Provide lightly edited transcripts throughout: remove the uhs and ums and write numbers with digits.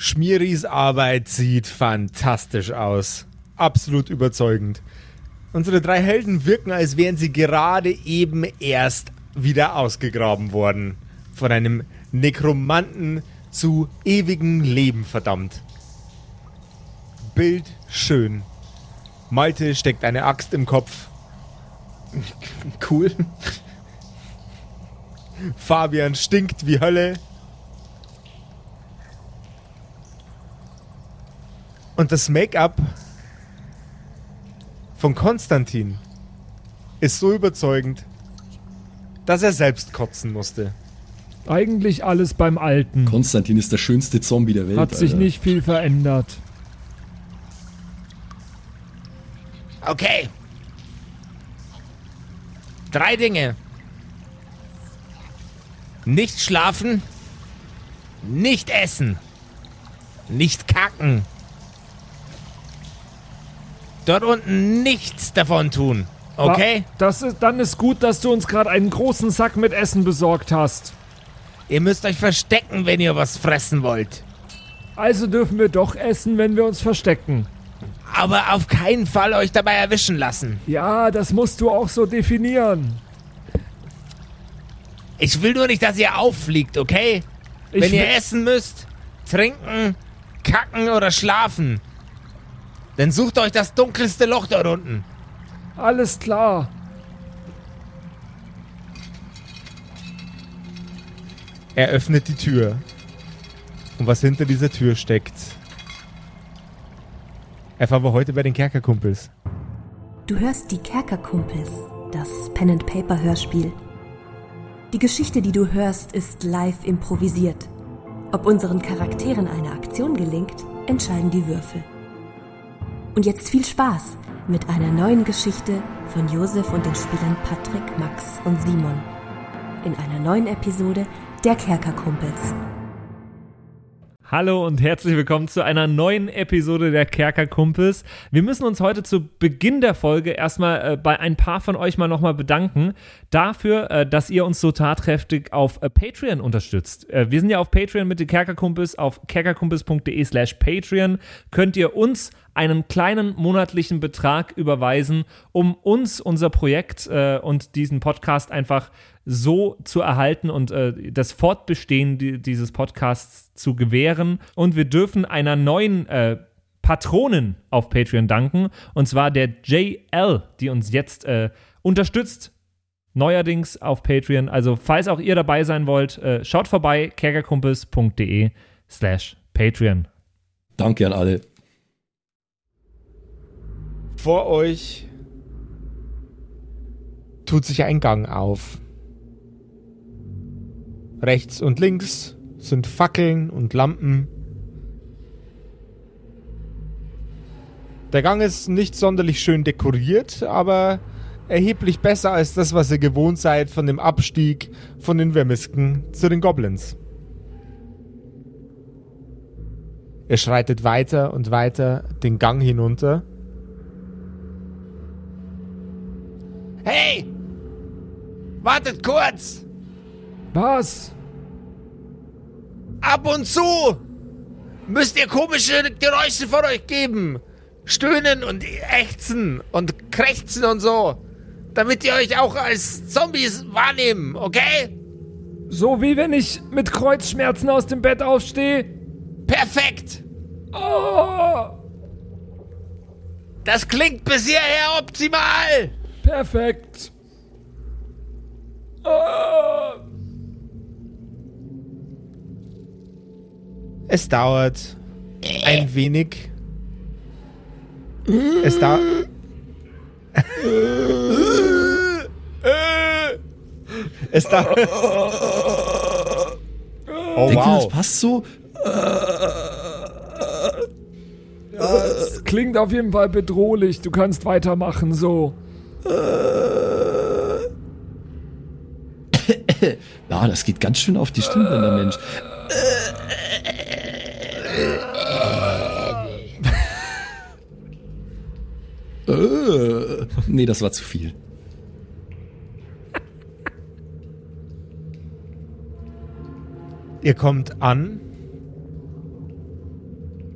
Schmieris Arbeit sieht fantastisch aus. Absolut überzeugend. Unsere 3 Helden wirken, als wären sie gerade eben erst wieder ausgegraben worden. Von einem Nekromanten zu ewigem Leben verdammt. Bild schön. Malte steckt eine Axt im Kopf. Cool. Fabian stinkt wie Hölle. Und das Make-up von Konstantin ist so überzeugend, dass er selbst kotzen musste. Eigentlich alles beim Alten. Konstantin ist der schönste Zombie der Welt. Hat sich Alter. nicht viel verändert. Okay. 3 Dinge. Nicht schlafen, nicht essen, nicht kacken. Dort unten nichts davon tun, okay? Dann ist gut, dass du uns gerade einen großen Sack mit Essen besorgt hast. Ihr müsst euch verstecken, wenn ihr was fressen wollt. Also dürfen wir doch essen, wenn wir uns verstecken. Aber auf keinen Fall euch dabei erwischen lassen. Ja, das musst du auch so definieren. Ich will nur nicht, dass ihr auffliegt, okay? Wenn ihr essen müsst, trinken, kacken oder schlafen, dann sucht euch das dunkelste Loch dort unten. Alles klar. Er öffnet die Tür. Und was hinter dieser Tür steckt, erfahren wir heute bei den Kerkerkumpels. Du hörst die Kerkerkumpels, das Pen-and-Paper-Hörspiel. Die Geschichte, die du hörst, ist live improvisiert. Ob unseren Charakteren eine Aktion gelingt, entscheiden die Würfel. Und jetzt viel Spaß mit einer neuen Geschichte von Josef und den Spielern Patrick, Max und Simon. In einer neuen Episode der Kerkerkumpels. Hallo und herzlich willkommen zu einer neuen Episode der Kerkerkumpels. Wir müssen uns heute zu Beginn der Folge erstmal bei ein paar von euch mal nochmal bedanken dafür, dass ihr uns so tatkräftig auf Patreon unterstützt. Wir sind ja auf Patreon mit den Kerkerkumpels. Auf kerkerkumpels.de/Patreon könnt ihr uns einen kleinen monatlichen Betrag überweisen, um uns, unser Projekt und diesen Podcast einfach so zu erhalten und das Fortbestehen dieses Podcasts zu gewähren. Und wir dürfen einer neuen Patronin auf Patreon danken, und zwar der JL, die uns jetzt unterstützt, neuerdings auf Patreon. Also falls auch ihr dabei sein wollt, schaut vorbei, kerkerkumpels.de/Patreon. Danke an alle. Vor euch tut sich ein Gang auf. Rechts und links sind Fackeln und Lampen. Der Gang ist nicht sonderlich schön dekoriert, aber erheblich besser als das, was ihr gewohnt seid von dem Abstieg von den Vermisken zu den Goblins. Ihr schreitet weiter und weiter den Gang hinunter. Hey! Wartet kurz! Was? Ab und zu müsst ihr komische Geräusche von euch geben. Stöhnen und ächzen und krächzen und so. Damit ihr euch auch als Zombies wahrnehmen, okay? So wie wenn ich mit Kreuzschmerzen aus dem Bett aufstehe? Perfekt! Oh! Das klingt bis hierher optimal! Perfekt! Oh! Es dauert ein wenig. Es dauert. Es dauert. Oh, Denkt ihr, das wow. passt so? Das klingt auf jeden Fall bedrohlich. Du kannst weitermachen, so. Ja, das geht ganz schön auf die Stimmbänder, Mensch. Nee, das war zu viel. Ihr kommt an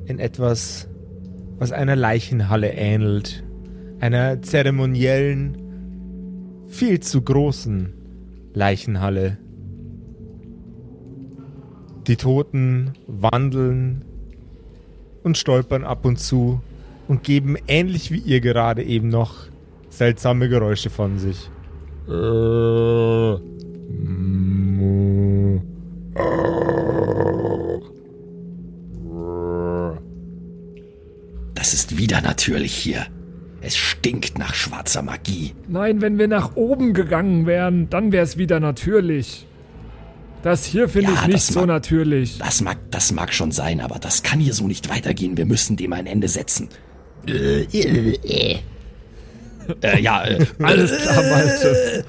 in etwas, was einer Leichenhalle ähnelt. Einer zeremoniellen, viel zu großen Leichenhalle. Die Toten wandeln und stolpern ab und zu und geben, ähnlich wie ihr gerade eben noch, seltsame Geräusche von sich. Das ist wieder natürlich hier. Es stinkt nach schwarzer Magie. Nein, wenn wir nach oben gegangen wären, dann wäre es wieder natürlich. Das hier finde ich nicht so natürlich. Das mag schon sein, aber das kann hier so nicht weitergehen. Wir müssen dem ein Ende setzen. Alles klar, Malte.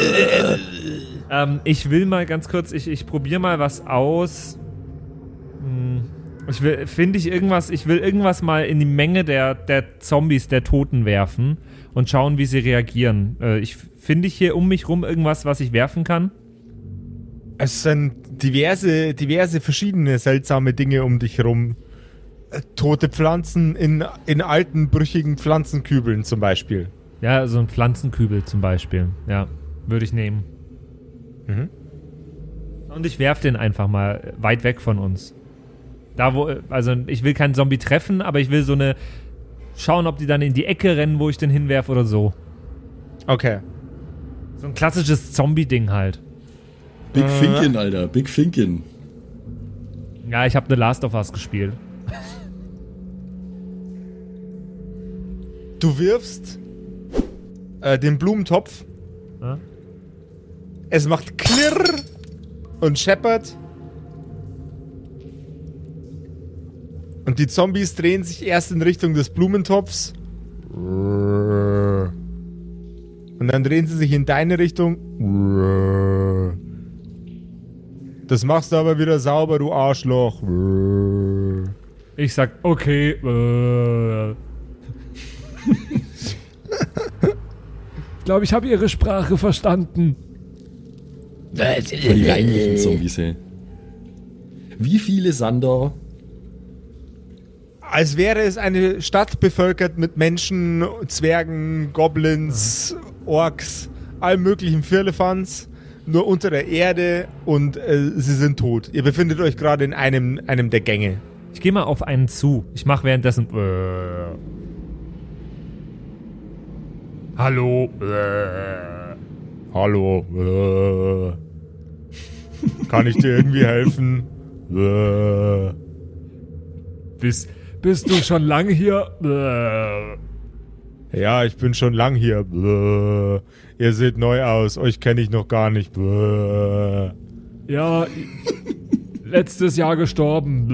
Ich will mal ganz kurz, ich probiere mal was aus. Ich will irgendwas mal in die Menge der Zombies, der Toten werfen und schauen, wie sie reagieren. Finde ich hier um mich rum irgendwas, was ich werfen kann? Es sind diverse verschiedene seltsame Dinge um dich herum. Tote Pflanzen in alten, brüchigen Pflanzenkübeln zum Beispiel. Ja, so ein Pflanzenkübel zum Beispiel. Ja, würde ich nehmen. Mhm. Und ich werfe den einfach mal weit weg von uns. Also ich will keinen Zombie treffen, aber ich will schauen, ob die dann in die Ecke rennen, wo ich den hinwerfe oder so. Okay. So ein klassisches Zombie-Ding halt. Big Finken, Alter. Big Finken. Ja, ich habe The Last of Us gespielt. Du wirfst den Blumentopf. Ja? Es macht Klirr und scheppert. Und die Zombies drehen sich erst in Richtung des Blumentopfs. Und dann drehen sie sich in deine Richtung. Das machst du aber wieder sauber, du Arschloch. Ich sag, okay. Ich glaube, ich habe ihre Sprache verstanden. Die reinlichen Zombies, ey. Wie viele, Sander? Als wäre es eine Stadt bevölkert mit Menschen, Zwergen, Goblins, Orks, allem möglichen Firlefanz, nur unter der Erde und sie sind tot. Ihr befindet euch gerade in einem der Gänge. Ich gehe mal auf einen zu. Ich mache währenddessen Hallo. Hallo. Kann ich dir irgendwie helfen? Bist du schon lange hier? Ja, ich bin schon lang hier. Ihr seht neu aus. Euch kenne ich noch gar nicht. Ja, letztes Jahr gestorben.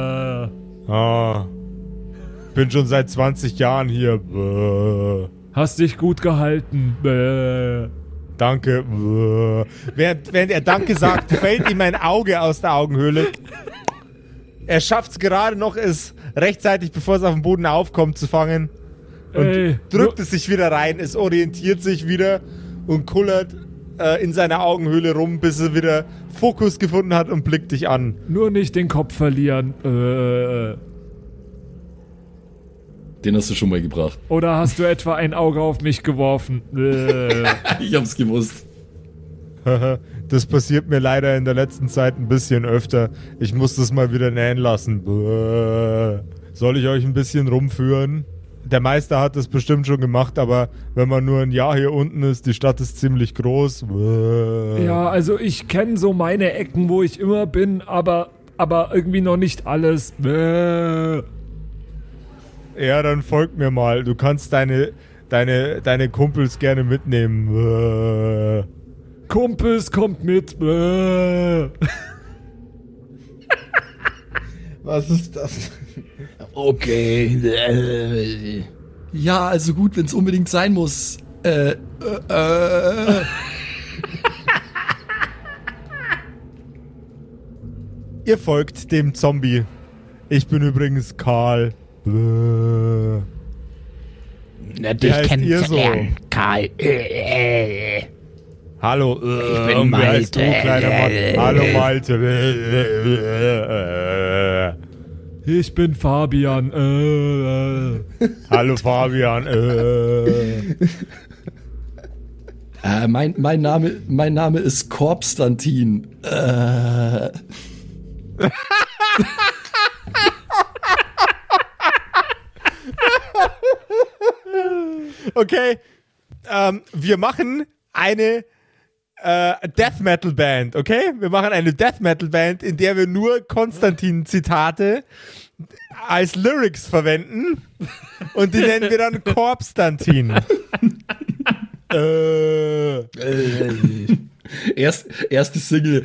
Bin schon seit 20 Jahren hier. Hast dich gut gehalten. Danke. Während er Danke sagt, fällt ihm ein Auge aus der Augenhöhle. Er schafft es gerade noch, es rechtzeitig, bevor es auf dem Boden aufkommt, zu fangen. Und drückt es sich wieder rein. Es orientiert sich wieder und kullert in seiner Augenhöhle rum, bis er wieder Fokus gefunden hat und blickt dich an. Nur nicht den Kopf verlieren. Den hast du schon mal gebracht. Oder hast du etwa ein Auge auf mich geworfen? Ich hab's gewusst. Das passiert mir leider in der letzten Zeit ein bisschen öfter. Ich muss das mal wieder nähen lassen. Soll ich euch ein bisschen rumführen? Der Meister hat das bestimmt schon gemacht, aber wenn man nur ein Jahr hier unten ist, die Stadt ist ziemlich groß. Ja, also ich kenne so meine Ecken, wo ich immer bin, aber irgendwie noch nicht alles. Ja, dann folgt mir mal. Du kannst deine Kumpels gerne mitnehmen. Kumpels, kommt mit. Was ist das? Okay. Ja, also gut, wenn es unbedingt sein muss. Ihr folgt dem Zombie. Ich bin übrigens Karl. Dich kennenzulernen, so? Karl. Hallo, ich bin Malte. Heißt du, kleiner Mann? Hallo, Malte. Ich bin Fabian. Hallo Fabian. Mein Name ist Korpstantin. Okay, wir machen eine Death Metal Band, okay? Wir machen eine Death Metal Band, in der wir nur Konstantin-Zitate als Lyrics verwenden und die nennen wir dann Korpstantin. Erste Single.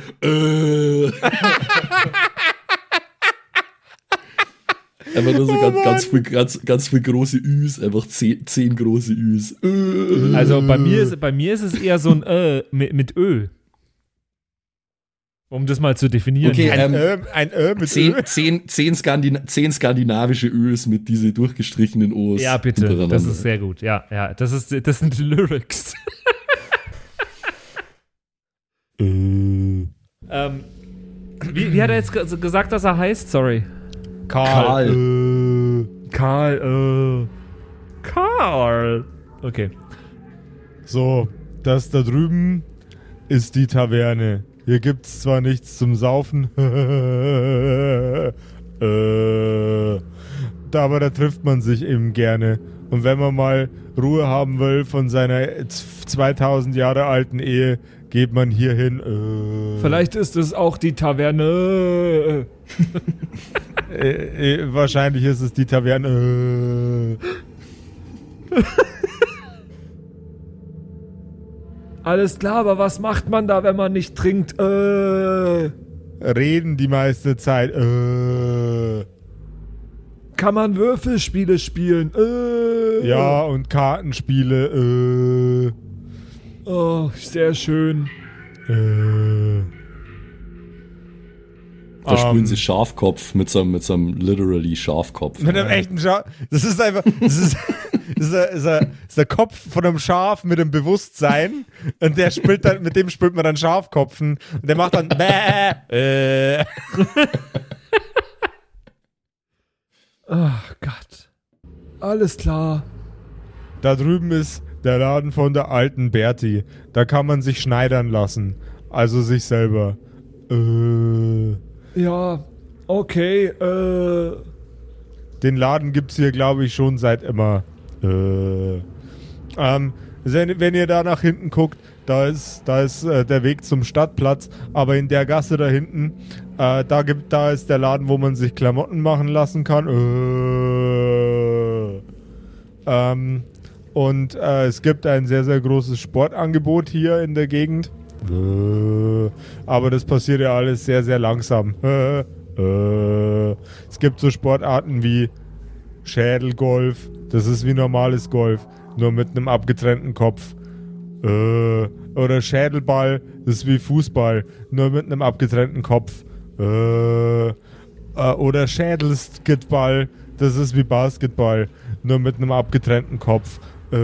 Einfach nur so ganz viel große Üs, einfach 10 große Üs. Also bei mir ist es eher so ein mit Ö. Um das mal zu definieren. Okay, Ein mit 10 skandinavische Ös mit diese durchgestrichenen O's. Ja, bitte. Das ist sehr gut. Ja. Das sind die Lyrics. Wie hat er jetzt gesagt, dass er heißt? Sorry. Karl. Karl. Okay. So, das da drüben ist die Taverne. Hier gibt's zwar nichts zum Saufen, aber da trifft man sich eben gerne. Und wenn man mal Ruhe haben will von seiner 2000 Jahre alten Ehe, geht man hier hin. Vielleicht ist es auch die Taverne. Wahrscheinlich ist es die Taverne. Alles klar, aber was macht man da, wenn man nicht trinkt? Reden die meiste Zeit. Kann man Würfelspiele spielen? Ja, und Kartenspiele. Oh, sehr schön. Da spielen sie Schafkopf mit so einem literally Schafkopf. Mit einem echten Schaf. Das ist einfach. Das ist der Kopf von einem Schaf mit einem Bewusstsein. Und der spielt dann, mit dem spielt man dann Schafkopfen. Und der macht dann. Oh Gott. Alles klar. Da drüben ist der Laden von der alten Berti. Da kann man sich schneidern lassen. Also sich selber. Ja, okay, Den Laden gibt's hier, glaube ich, schon seit immer. Wenn ihr da nach hinten guckt, da ist der Weg zum Stadtplatz, aber in der Gasse da hinten, da ist der Laden, wo man sich Klamotten machen lassen kann. Und es gibt ein sehr, sehr großes Sportangebot hier in der Gegend. Aber das passiert ja alles sehr, sehr langsam. Es gibt so Sportarten wie Schädelgolf. Das ist wie normales Golf, nur mit einem abgetrennten Kopf. Oder Schädelball. Das ist wie Fußball, nur mit einem abgetrennten Kopf. Oder Schädelskitball. Das ist wie Basketball, nur mit einem abgetrennten Kopf.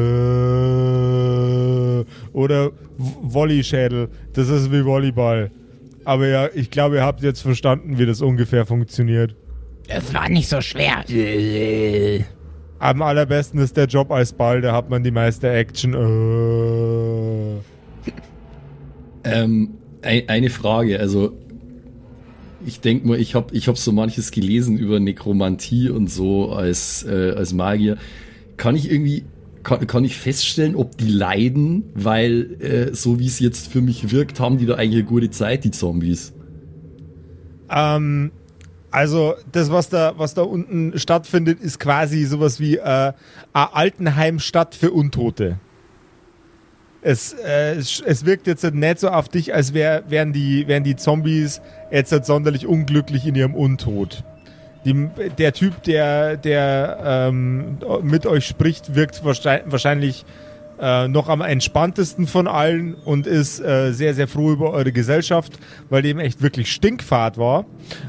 Oder Volleyschädel, das ist wie Volleyball. Aber ja, ich glaube, ihr habt jetzt verstanden, wie das ungefähr funktioniert. Das war nicht so schwer. Am allerbesten ist der Job als Ball, da hat man die meiste Action. Eine Frage, also ich denke mal, ich hab so manches gelesen über Nekromantie und so als Magier. Kann ich feststellen, ob die leiden, weil so wie es jetzt für mich wirkt, haben die da eigentlich eine gute Zeit, die Zombies? Also das, was da unten stattfindet, ist quasi sowas wie eine Altenheimstadt für Untote. Es wirkt jetzt nicht so auf dich, als wären die Zombies jetzt nicht sonderlich unglücklich in ihrem Untot. Der Typ, der mit euch spricht, wirkt wahrscheinlich noch am entspanntesten von allen und ist sehr, sehr froh über eure Gesellschaft, weil dem echt wirklich Stinkfahrt war.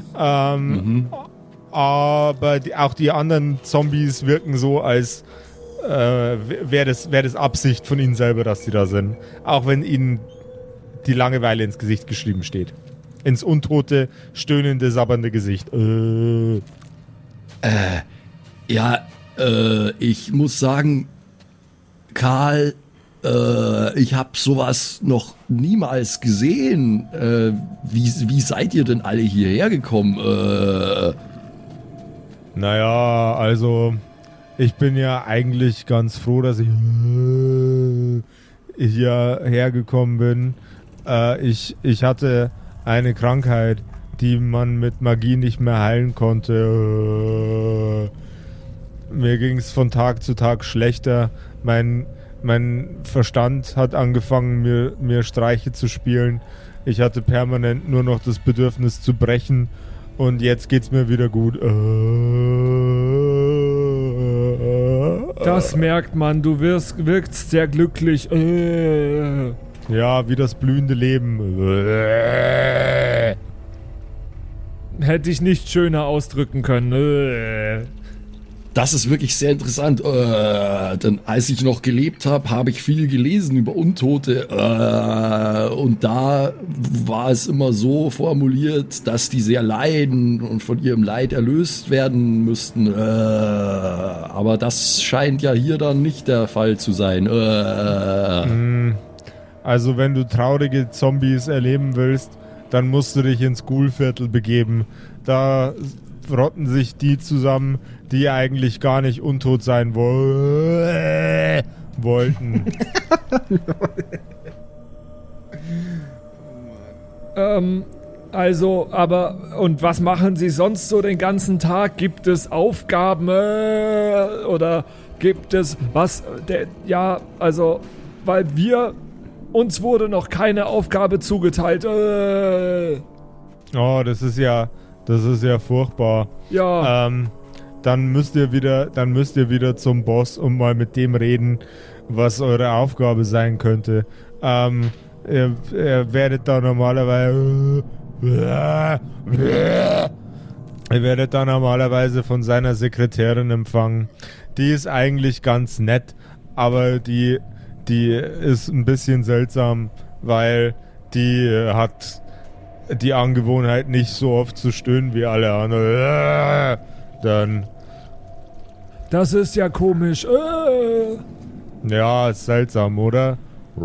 Aber auch die anderen Zombies wirken so, als wäre das Absicht von ihnen selber, dass sie da sind. Auch wenn ihnen die Langeweile ins Gesicht geschrieben steht. Ins untote, stöhnende, sabbernde Gesicht. Ich muss sagen, Karl, ich habe sowas noch niemals gesehen. Wie seid ihr denn alle hierher gekommen? Naja, also ich bin ja eigentlich ganz froh, dass ich hierher gekommen bin. Ich hatte eine Krankheit, die man mit Magie nicht mehr heilen konnte. Mir ging es von Tag zu Tag schlechter. Mein Verstand hat angefangen, mir Streiche zu spielen. Ich hatte permanent nur noch das Bedürfnis zu brechen. Und jetzt geht's mir wieder gut. Das merkt man, du wirkst sehr glücklich. Ja, wie das blühende Leben. Hätte ich nicht schöner ausdrücken können. Das ist wirklich sehr interessant. Denn als ich noch gelebt habe, habe ich viel gelesen über Untote. Und da war es immer so formuliert, dass die sehr leiden und von ihrem Leid erlöst werden müssten. Aber das scheint ja hier dann nicht der Fall zu sein. Also wenn du traurige Zombies erleben willst, dann musst du dich ins Ghoul-Viertel begeben. Da rotten sich die zusammen, die eigentlich gar nicht untot sein wollten. Und was machen Sie sonst so den ganzen Tag? Gibt es Aufgaben oder gibt es was? Weil uns wurde noch keine Aufgabe zugeteilt. Oh, das ist ja furchtbar. Ja. Dann müsst ihr wieder zum Boss und mal mit dem reden, was eure Aufgabe sein könnte. Ihr werdet da normalerweise von seiner Sekretärin empfangen. Die ist eigentlich ganz nett, aber die ist ein bisschen seltsam, weil die hat die Angewohnheit, nicht so oft zu stöhnen wie alle anderen. Dann. Das ist ja komisch. Ja, ist seltsam, oder?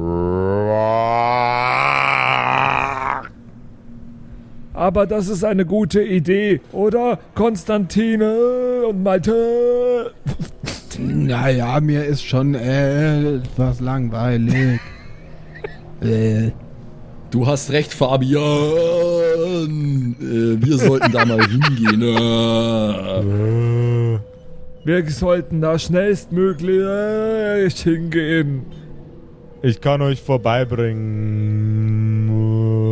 Aber das ist eine gute Idee, oder? Konstantine und Malte. Naja, mir ist schon etwas langweilig. Du hast recht, Fabian. Wir sollten da mal hingehen. Wir sollten da schnellstmöglich hingehen. Ich kann euch vorbeibringen.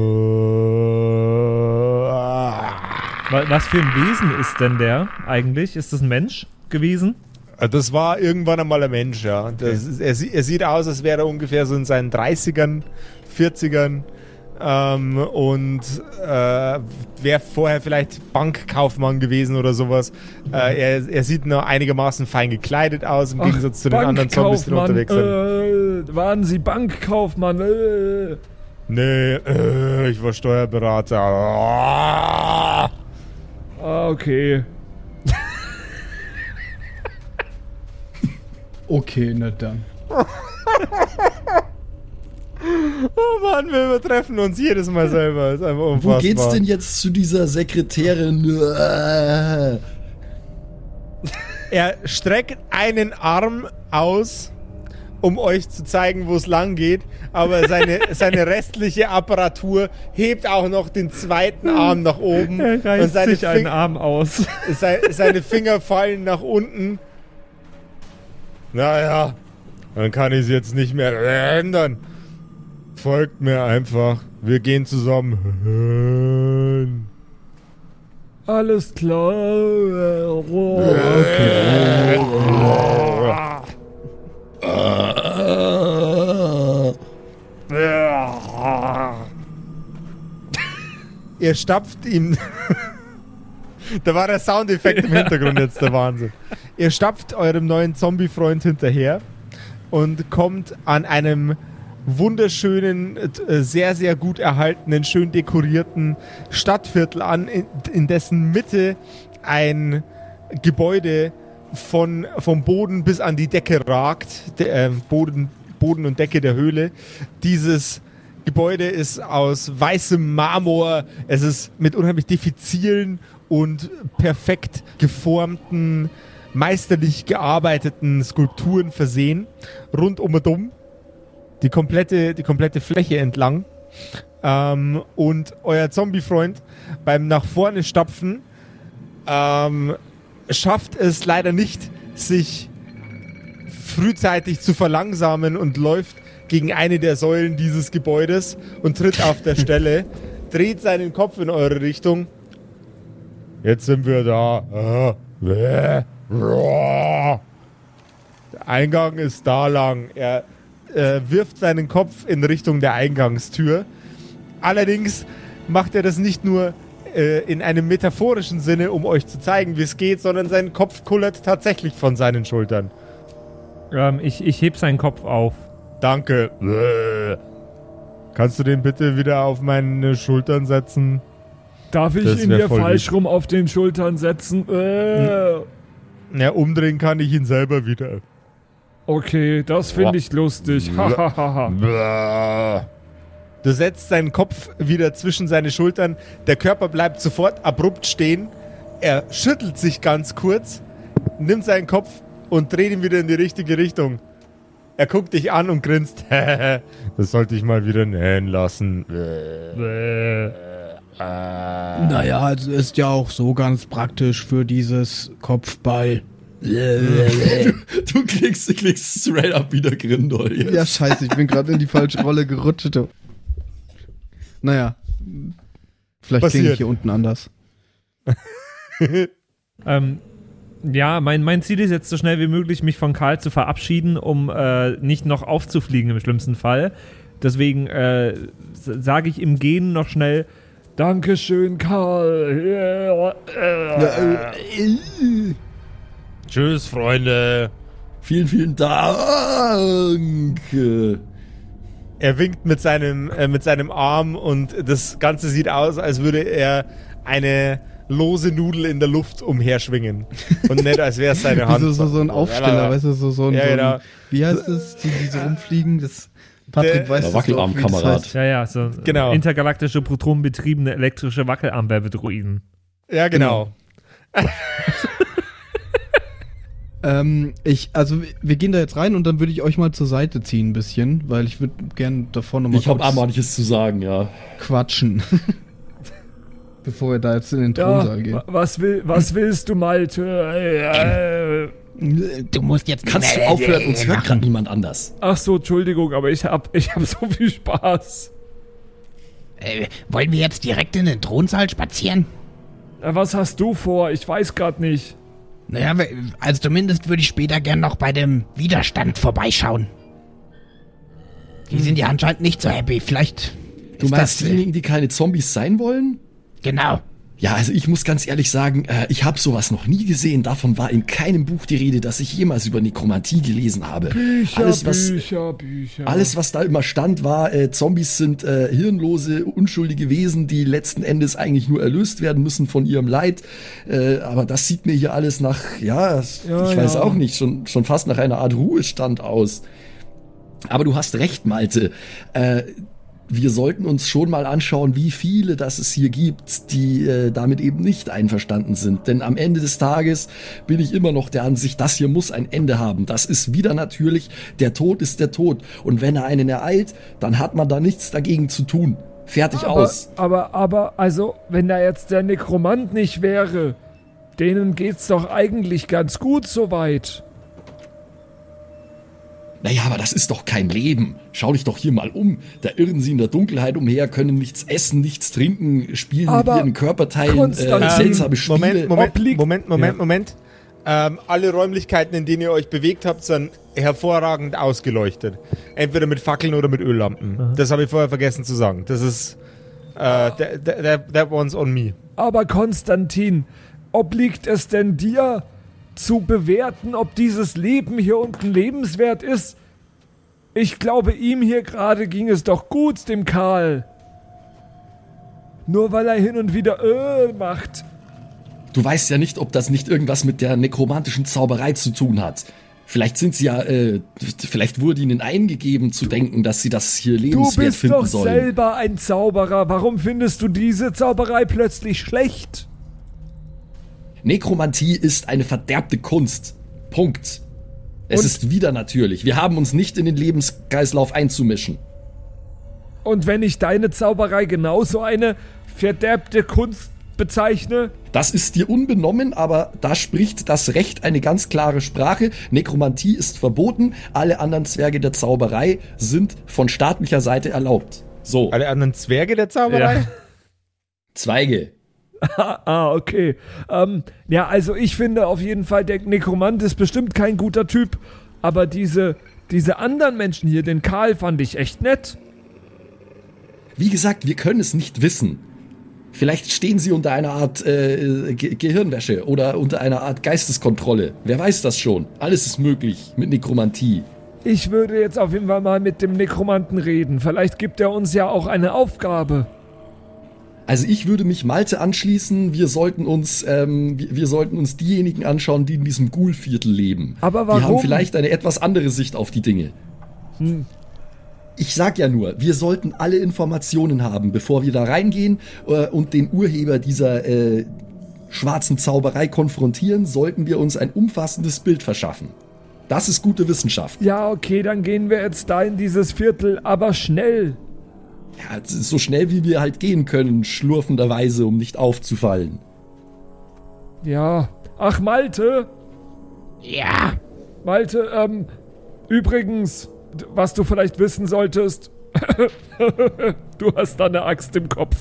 Was für ein Wesen ist denn der eigentlich? Ist das ein Mensch gewesen? Das war irgendwann einmal ein Mensch, ja. Er sieht aus, als wäre er ungefähr so in seinen 30ern, 40ern. Und wäre vorher vielleicht Bankkaufmann gewesen oder sowas. Er sieht noch einigermaßen fein gekleidet aus, im Gegensatz zu den anderen Zombies, die unterwegs sind. Waren Sie Bankkaufmann? Nee, ich war Steuerberater. Okay. Okay, na dann. Oh Mann, wir übertreffen uns jedes Mal selber. Ist einfach unfassbar. Wo geht's denn jetzt zu dieser Sekretärin? Er streckt einen Arm aus, um euch zu zeigen, wo es lang geht, aber seine restliche Apparatur hebt auch noch den zweiten Arm nach oben. Er reißt sich einen Arm aus. Seine Finger fallen nach unten. Naja, dann kann ich es jetzt nicht mehr ändern. Folgt mir einfach. Wir gehen zusammen. Alles klar. Okay. Ihr stapft ihm. Da war der Soundeffekt im Hintergrund jetzt der Wahnsinn. Ihr stapft eurem neuen Zombie-Freund hinterher und kommt an einem wunderschönen, sehr, sehr gut erhaltenen, schön dekorierten Stadtviertel an, in dessen Mitte ein Gebäude vom Boden bis an die Decke ragt. Boden und Decke der Höhle. Dieses Gebäude ist aus weißem Marmor. Es ist mit unheimlich diffizilen und perfekt geformten, meisterlich gearbeiteten Skulpturen versehen. Rundum und um. Die komplette Fläche entlang. Und euer Zombie-Freund beim nach vorne stapfen schafft es leider nicht, sich frühzeitig zu verlangsamen und läuft gegen eine der Säulen dieses Gebäudes und tritt auf der Stelle, dreht seinen Kopf in eure Richtung. Jetzt sind wir da. Der Eingang ist da lang. Er wirft seinen Kopf in Richtung der Eingangstür. Allerdings macht er das nicht nur in einem metaphorischen Sinne, um euch zu zeigen, wie es geht, sondern sein Kopf kullert tatsächlich von seinen Schultern. Ich heb seinen Kopf auf. Danke. Kannst du den bitte wieder auf meine Schultern setzen? Darf ich Das ihn wär dir voll falsch lieb. rum auf den Schultern setzen? Ja, umdrehen kann ich ihn selber wieder. Okay, das finde ich lustig. Hahaha. Du setzt seinen Kopf wieder zwischen seine Schultern. Der Körper bleibt sofort abrupt stehen. Er schüttelt sich ganz kurz, nimmt seinen Kopf und dreht ihn wieder in die richtige Richtung. Er guckt dich an und grinst. Das sollte ich mal wieder nähen lassen. Naja, also ist ja auch so ganz praktisch für dieses Kopfball. Du kriegst straight up wieder Grindel jetzt. Ja, scheiße, ich bin gerade in die falsche Rolle gerutscht. Naja, vielleicht klinge ich hier unten anders. Ja, mein Ziel ist jetzt so schnell wie möglich, mich von Karl zu verabschieden, um nicht noch aufzufliegen im schlimmsten Fall. Deswegen sage ich im Gehen noch schnell: Dankeschön, Karl. Tschüss, Freunde. Vielen, vielen Dank. Er winkt mit seinem Arm und das Ganze sieht aus, als würde er eine lose Nudel in der Luft umherschwingen. Und nicht, als wäre es seine Hand. So ein Aufsteller, weißt du, so ein, Ja, genau. wie heißt das, die so rumfliegen? Das Patrick weiß Der das Wackelarmkamerad. doch, wie das heißt. Ja, so Genau. intergalaktische protonenbetriebene elektrische Wackelarmwerbe-Droiden. Ja, genau. Wir gehen da jetzt rein und dann würde ich euch mal zur Seite ziehen ein bisschen, weil ich würde gerne davor nochmal Ich habe auch manches zu sagen, ja. quatschen. Bevor wir da jetzt in den Thronsaal gehen. Was willst du, Malte? Du musst jetzt Kannst du aufhören, uns hört gerade niemand anders. Ach so, Entschuldigung, aber ich hab so viel Spaß. Wollen wir jetzt direkt in den Thronsaal spazieren? Was hast du vor? Ich weiß gerade nicht. Naja, also zumindest würde ich später gern noch bei dem Widerstand vorbeischauen. Die sind ja anscheinend nicht so happy. Vielleicht Du ist meinst das, diejenigen, die keine Zombies sein wollen? genau. Ja, also ich muss ganz ehrlich sagen, ich habe sowas noch nie gesehen. Davon war in keinem Buch die Rede, dass ich jemals über Nekromantie gelesen habe. Bücher. Alles, was da immer stand, war, Zombies sind hirnlose, unschuldige Wesen, die letzten Endes eigentlich nur erlöst werden müssen von ihrem Leid. Aber das sieht mir hier alles nach, ich weiß auch nicht, schon fast nach einer Art Ruhestand aus. Aber du hast recht, Malte. Wir sollten uns schon mal anschauen, wie viele das es hier gibt, die damit eben nicht einverstanden sind. Denn am Ende des Tages bin ich immer noch der Ansicht, das hier muss ein Ende haben. Das ist wieder natürlich, der Tod ist der Tod. Und wenn er einen ereilt, dann hat man da nichts dagegen zu tun. Fertig aus. Aber, also, wenn da jetzt der Nekromant nicht wäre, denen geht's doch eigentlich ganz gut soweit. Naja, aber das ist doch kein Leben. Schau dich doch hier mal um. Da irren sie in der Dunkelheit umher, können nichts essen, nichts trinken, spielen Aber mit ihren Körperteilen Konstantin, seltsame Spiele. Moment. Alle Räumlichkeiten, in denen ihr euch bewegt habt, sind hervorragend ausgeleuchtet. Entweder mit Fackeln oder mit Öllampen. Aha. Das habe ich vorher vergessen zu sagen. Das ist that one's on me. Aber Konstantin, obliegt es denn dir, zu bewerten, ob dieses Leben hier unten lebenswert ist? Ich glaube, ihm hier gerade ging es doch gut, dem Karl. Nur weil er hin und wieder macht. Du weißt ja nicht, ob das nicht irgendwas mit der nekromantischen Zauberei zu tun hat. Vielleicht sind sie ja, vielleicht wurde ihnen eingegeben zu denken, dass sie das hier lebenswert finden sollen. Du bist doch selber ein Zauberer. Warum findest du diese Zauberei plötzlich schlecht? Nekromantie ist eine verderbte Kunst. Punkt. Es ist wieder natürlich. Wir haben uns nicht in den Lebenskreislauf einzumischen. Und wenn ich deine Zauberei genauso eine verderbte Kunst bezeichne? Das ist dir unbenommen, aber da spricht das Recht eine ganz klare Sprache. Nekromantie ist verboten. Alle anderen Zwerge der Zauberei sind von staatlicher Seite erlaubt. So. Alle anderen Zwerge der Zauberei? Ja. Zweige. Okay. Ja, also ich finde auf jeden Fall, der Nekromant ist bestimmt kein guter Typ, aber diese anderen Menschen hier, den Karl fand ich echt nett. Wie gesagt, wir können es nicht wissen. Vielleicht stehen sie unter einer Art Gehirnwäsche oder unter einer Art Geisteskontrolle. Wer weiß das schon? Alles ist möglich mit Nekromantie. Ich würde jetzt auf jeden Fall mal mit dem Nekromanten reden. Vielleicht gibt er uns ja auch eine Aufgabe. Also ich würde mich Malte anschließen. Wir sollten uns diejenigen anschauen, die in diesem Ghoul-Viertel leben. Aber warum? Die haben vielleicht eine etwas andere Sicht auf die Dinge. Ich sag ja nur, wir sollten alle Informationen haben, bevor wir da reingehen und den Urheber dieser schwarzen Zauberei konfrontieren, sollten wir uns ein umfassendes Bild verschaffen. Das ist gute Wissenschaft. Ja, okay, dann gehen wir jetzt da in dieses Viertel, aber schnell. Ja, so schnell wie wir halt gehen können, schlurfenderweise, um nicht aufzufallen. Ja. Ach, Malte? Ja. Malte, übrigens, was du vielleicht wissen solltest, du hast da eine Axt im Kopf.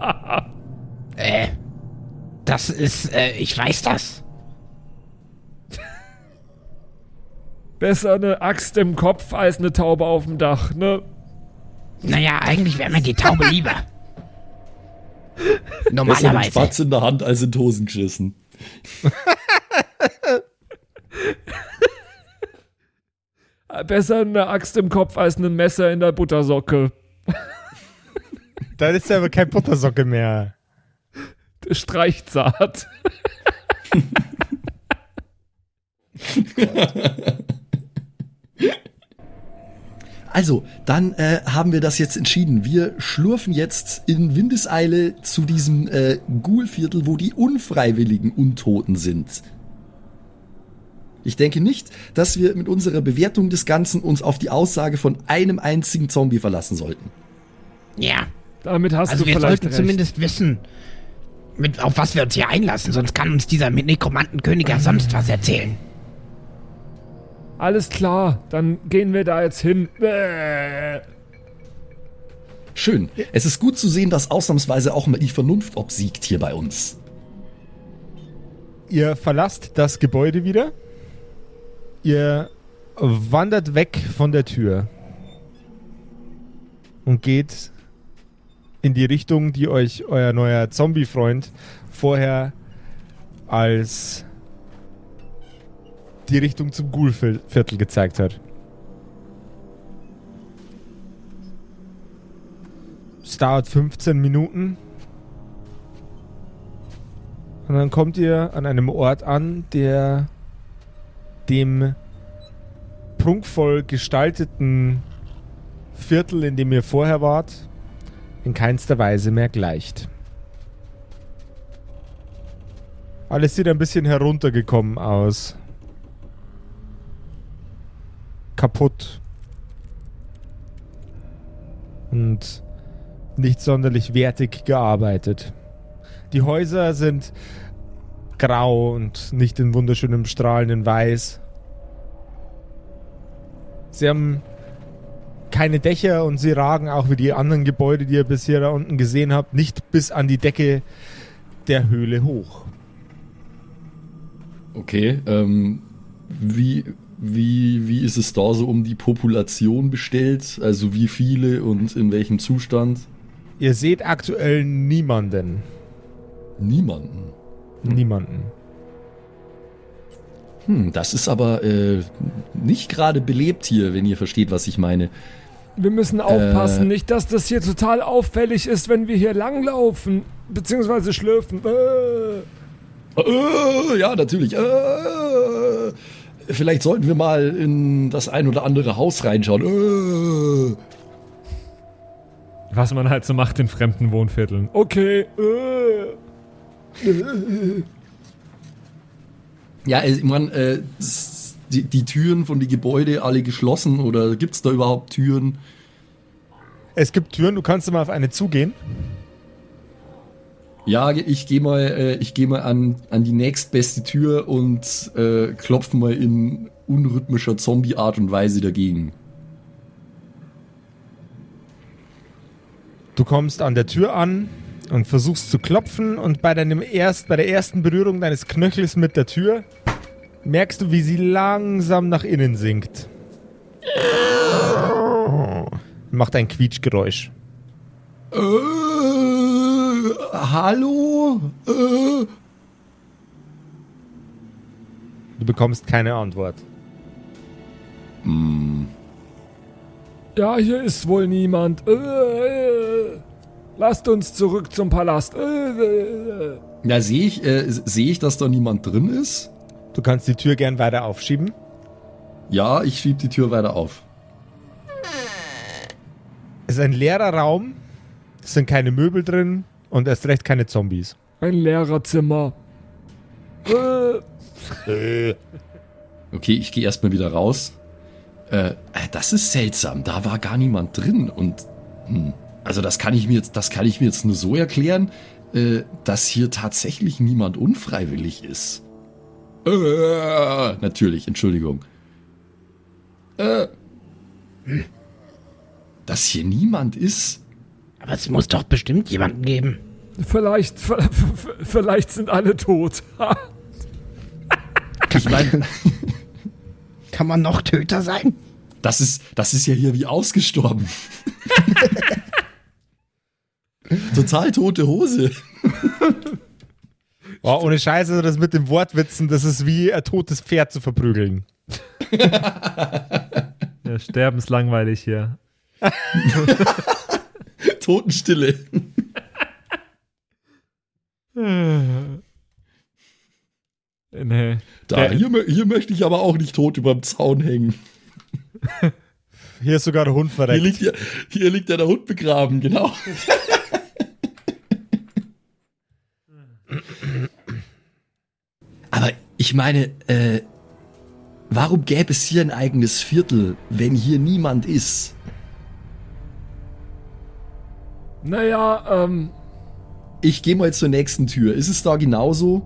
Das ist, ich weiß das. Besser eine Axt im Kopf als eine Taube auf dem Dach, ne? Naja, eigentlich wäre mir die Taube lieber. Besser den Normalerweise. Spatz in der Hand als in die Hosen geschissen. Besser eine Axt im Kopf als ein Messer in der Buttersocke. Dann ist ja aber kein Buttersocke mehr. Streichzart. Also, dann haben wir das jetzt entschieden. Wir schlurfen jetzt in Windeseile zu diesem Ghoul-Viertel, wo die unfreiwilligen Untoten sind. Ich denke nicht, dass wir mit unserer Bewertung des Ganzen uns auf die Aussage von einem einzigen Zombie verlassen sollten. Ja. Damit hast Also du wir vielleicht sollten recht. zumindest wissen, auf was wir uns hier einlassen, sonst kann uns dieser Nekromantenkönig ja sonst was erzählen. Alles klar, dann gehen wir da jetzt hin. Schön. Es ist gut zu sehen, dass ausnahmsweise auch mal die Vernunft obsiegt hier bei uns. Ihr verlasst das Gebäude wieder. Ihr wandert weg von der Tür und geht in die Richtung, die euch euer neuer Zombie-Freund vorher als die Richtung zum Ghoul-Viertel gezeigt hat. Es dauert 15 Minuten. Und dann kommt ihr an einem Ort an, der dem prunkvoll gestalteten Viertel, in dem ihr vorher wart, in keinster Weise mehr gleicht. Alles sieht ein bisschen heruntergekommen aus. Kaputt. Und nicht sonderlich wertig gearbeitet. Die Häuser sind grau und nicht in wunderschönem strahlenden Weiß. Sie haben keine Dächer und sie ragen auch wie die anderen Gebäude, die ihr bisher da unten gesehen habt, nicht bis an die Decke der Höhle hoch. Okay, wie ist es da so um die Population bestellt? Also wie viele und in welchem Zustand? Ihr seht aktuell niemanden. Niemanden. Niemanden. Das ist aber nicht gerade belebt hier, wenn ihr versteht, was ich meine. Wir müssen aufpassen, nicht, dass das hier total auffällig ist, wenn wir hier langlaufen, beziehungsweise schlürfen. Ja, natürlich. Vielleicht sollten wir mal in das ein oder andere Haus reinschauen. Was man halt so macht in fremden Wohnvierteln. Okay. Ja, ich meine, die Türen von den Gebäuden alle geschlossen oder gibt es da überhaupt Türen? Es gibt Türen, du kannst mal auf eine zugehen. Ja, ich gehe mal an die nächstbeste Tür und klopfe mal in unrhythmischer Zombie-Art und Weise dagegen. Du kommst an der Tür an und versuchst zu klopfen und bei der ersten Berührung deines Knöchels mit der Tür merkst du, wie sie langsam nach innen sinkt. Macht ein Quietschgeräusch. Hallo? Du bekommst keine Antwort. Ja, hier ist wohl niemand. Lasst uns zurück zum Palast. Ja, sehe ich, dass da niemand drin ist? Du kannst die Tür gern weiter aufschieben. Ja, ich schiebe die Tür weiter auf. Es ist ein leerer Raum. Es sind keine Möbel drin und erst recht keine Zombies. Ein Lehrerzimmer. Okay, ich gehe erstmal wieder raus. Das ist seltsam. Da war gar niemand drin und also das kann ich mir jetzt nur so erklären, dass hier tatsächlich niemand unfreiwillig ist. Natürlich, Entschuldigung. Dass hier niemand ist. Aber es muss doch bestimmt jemanden geben. Vielleicht sind alle tot. Ich meine, Kann man noch Töter sein? das ist ja hier wie ausgestorben. Total tote Hose. Oh, ohne Scheiße, das mit dem Wortwitzen, das ist wie ein totes Pferd zu verprügeln. Ja, sterbenslangweilig hier. Totenstille. Nee. Hier möchte ich aber auch nicht tot überm Zaun hängen. Hier ist sogar der Hund verreckt. Hier liegt ja der Hund begraben, genau. Aber ich meine, warum gäbe es hier ein eigenes Viertel, wenn hier niemand ist? Naja, Ich gehe mal zur nächsten Tür. Ist es da genauso?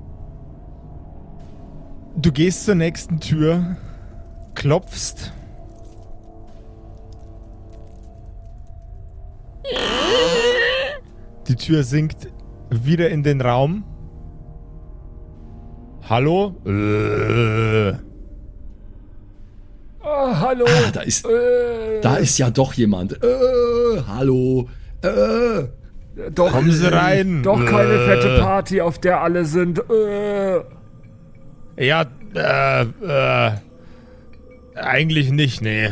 Du gehst zur nächsten Tür, klopfst. Die Tür sinkt wieder in den Raum. Hallo? hallo. Da ist ja doch jemand. Hallo. Doch, Kommen Sie rein. Doch keine fette Party, auf der alle sind. Ja, eigentlich nicht, nee.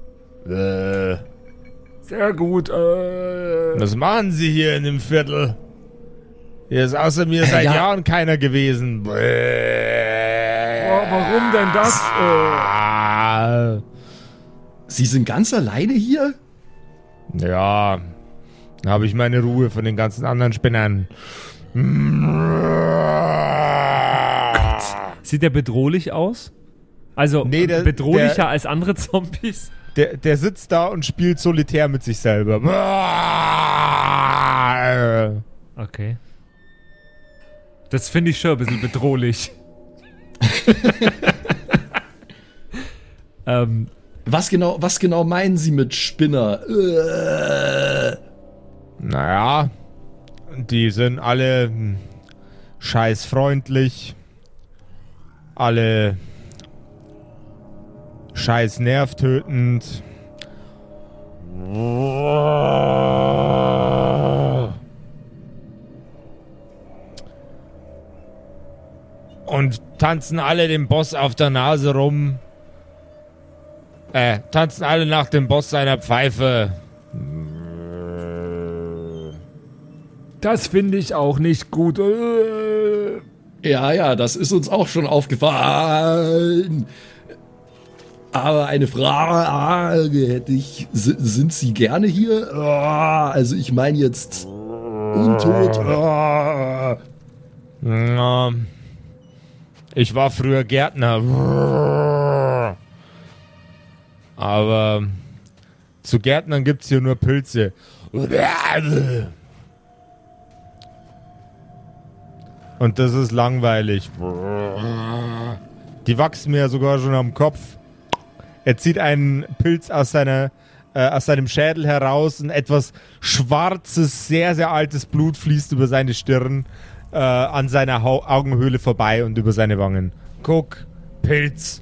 Sehr gut. Was machen Sie hier in dem Viertel? Hier ist außer mir seit Jahren keiner gewesen. Warum denn das? Sie sind ganz alleine hier? Ja, da habe ich meine Ruhe von den ganzen anderen Spinnern. Sieht der bedrohlich aus? Also Nee, bedrohlicher als andere Zombies? Der sitzt da und spielt solitär mit sich selber. Okay. Das finde ich schon ein bisschen bedrohlich. Was genau meinen Sie mit Spinner? Naja, die sind alle scheißfreundlich. Alle scheiß nervtötend. Und tanzen alle dem Boss auf der Nase rum. Tanzen alle nach dem Boss seiner Pfeife. Das finde ich auch nicht gut. Ja, das ist uns auch schon aufgefallen. Aber eine Frage hätte ich. Sind Sie gerne hier? Also ich meine jetzt untot. Ich war früher Gärtner. Aber zu Gärtnern gibt's hier nur Pilze. Und das ist langweilig. Die wachsen mir ja sogar schon am Kopf. Er zieht einen Pilz aus seinem Schädel heraus. Ein etwas schwarzes, sehr, sehr altes Blut fließt über seine Stirn, an seiner Augenhöhle vorbei und über seine Wangen. Guck, Pilz.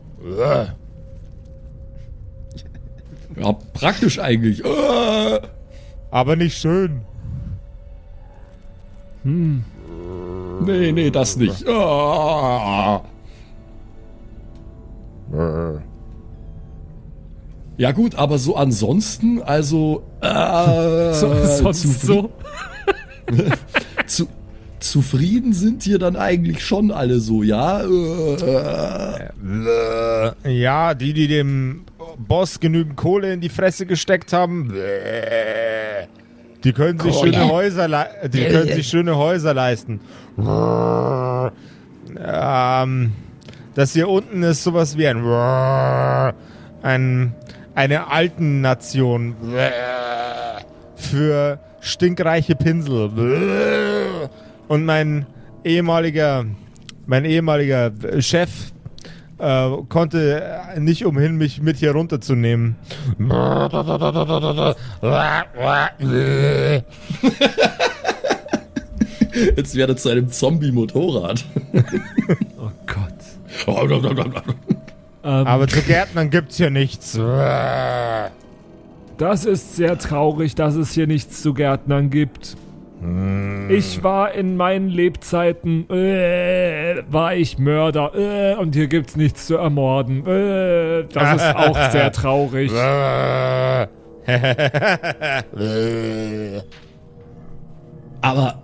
Ja, praktisch eigentlich. Aber nicht schön. Nee, das nicht. Ja gut, aber so ansonsten, also zufrieden sind hier dann eigentlich schon alle so, ja? Ja, die dem Boss genügend Kohle in die Fresse gesteckt haben, die können sich schöne Häuser leisten. Das hier unten ist sowas wie eine alten Nation für stinkreiche Pinsel. Und mein ehemaliger Chef konnte nicht umhin, mich mit hier runterzunehmen. Jetzt wäre zu einem Zombie-Motorrad. Oh Gott. Aber zu Gärtnern gibt's hier nichts. Das ist sehr traurig, dass es hier nichts zu Gärtnern gibt. Ich war in meinen Lebzeiten, war ich Mörder, und hier gibt's nichts zu ermorden. Das ist auch sehr traurig. Aber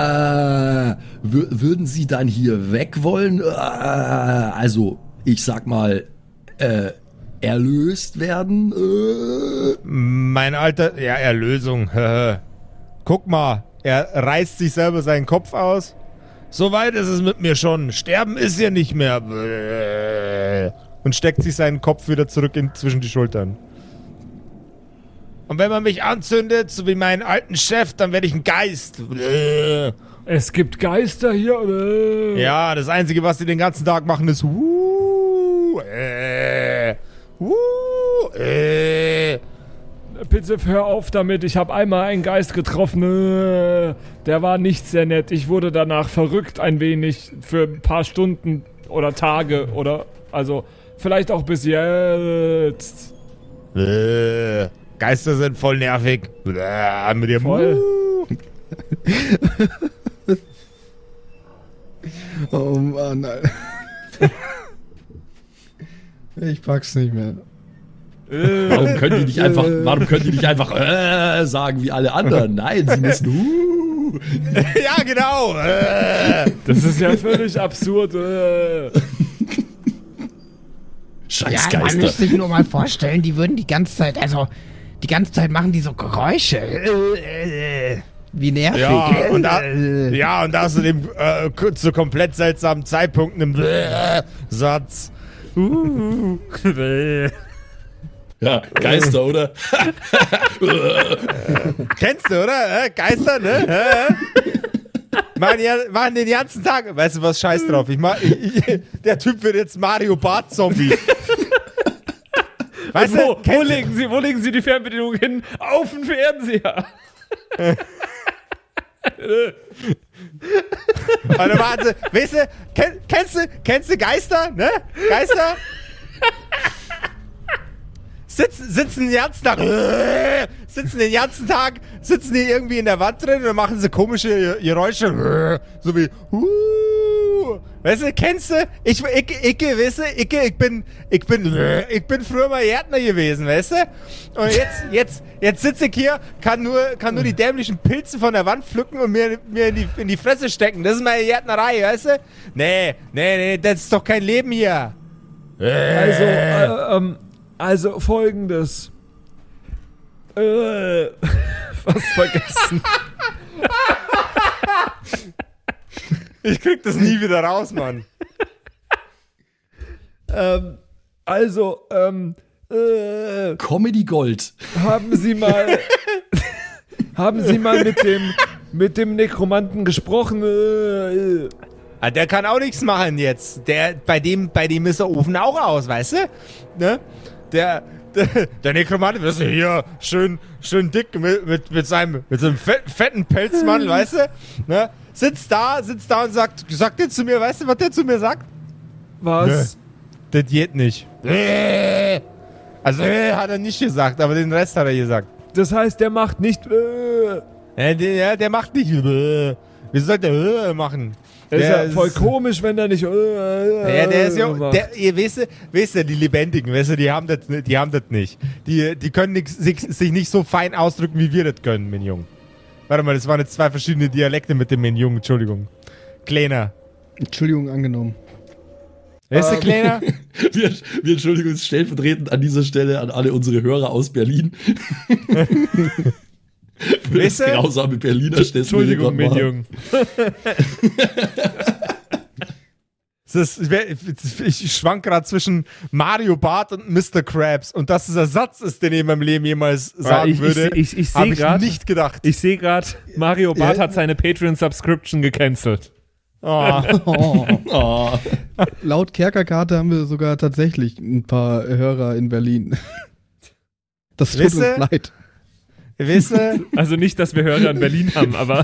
würden Sie dann hier weg wollen? Also, ich sag mal, erlöst werden? Mein Alter, ja, Erlösung. Guck mal, er reißt sich selber seinen Kopf aus. So weit ist es mit mir schon. Sterben ist hier nicht mehr. Und steckt sich seinen Kopf wieder zurück zwischen die Schultern. Und wenn man mich anzündet, so wie meinen alten Chef, dann werde ich ein Geist. Es gibt Geister hier? Ja, das Einzige, was die den ganzen Tag machen, ist Bitte hör auf damit, ich habe einmal einen Geist getroffen, der war nicht sehr nett. Ich wurde danach verrückt ein wenig für ein paar Stunden oder Tage oder, also vielleicht auch bis jetzt. Geister sind voll nervig. Mit dem Voll. Oh Mann, Alter. Ich pack's nicht mehr. Warum können die nicht einfach sagen wie alle anderen? Nein, sie müssen Ja, genau. Das ist ja völlig absurd. Scheiß Ja, man Geister. müsste sich nur mal vorstellen, die würden die ganze Zeit machen die so Geräusche. Wie nervig. Ja, und außerdem zu komplett seltsamen Zeitpunkten im Satz. Ja, Geister, oder? Kennst du, oder? Geister, ne? Machen den ganzen Tag. Weißt du was? Scheiß drauf. Der Typ wird jetzt Mario Bart Zombie. Weißt du, wo legen Sie die Fernbedienung hin? Auf den Fernseher. Warte, weißt du, kennst du Geister, ne? Geister? Sitzen den ganzen Tag die irgendwie in der Wand drin und machen sie komische Geräusche, so wie weißt du, kennst du? Ich bin früher mal Gärtner gewesen, weißt du? Und jetzt sitze ich hier, kann nur die dämlichen Pilze von der Wand pflücken und mir in die Fresse stecken. Das ist meine Gärtnerei, weißt du? Nee, das ist doch kein Leben hier. Also Folgendes. Fast vergessen. Ich krieg das nie wieder raus, Mann. Comedy Gold. Haben Sie mal mit dem Nekromanten gesprochen? Ah, der kann auch nichts machen jetzt. Bei dem ist der Ofen auch aus, weißt du? Ne? Der Nekromant, weißt du, hier schön dick mit seinem fetten Pelzmantel, weißt du? Ne? Sitzt da und sagt der zu mir, weißt du, was der zu mir sagt? Was? Das geht nicht. Also hat er nicht gesagt, aber den Rest hat er gesagt. Das heißt, der macht nicht. Der macht nicht. Wie soll der machen? Das ist ja voll komisch, wenn der nicht. Ja, der ist ja. Ihr wisst ja, die Lebendigen, weißt du, die haben das nicht. Die können sich nicht so fein ausdrücken, wie wir das können, mein Junge. Warte mal, das waren jetzt 2 verschiedene Dialekte mit dem mein Junge, Entschuldigung. Kleiner. Entschuldigung, angenommen. Weißt du, Kleiner? Wir entschuldigen uns stellvertretend an dieser Stelle an alle unsere Hörer aus Berlin. Für das grausame Berliner Entschuldigung, mein Junge. Ich schwank gerade zwischen Mario Barth und Mr. Krabs und dass dieser Satz ist, den ich in meinem Leben jemals sagen würde, habe ich nicht gedacht. Ich sehe gerade, Mario Barth hat seine Patreon-Subscription gecancelt. Laut Kerkerkarte haben wir sogar tatsächlich ein paar Hörer in Berlin. Das tut uns leid. Also nicht, dass wir Hörer in Berlin haben, aber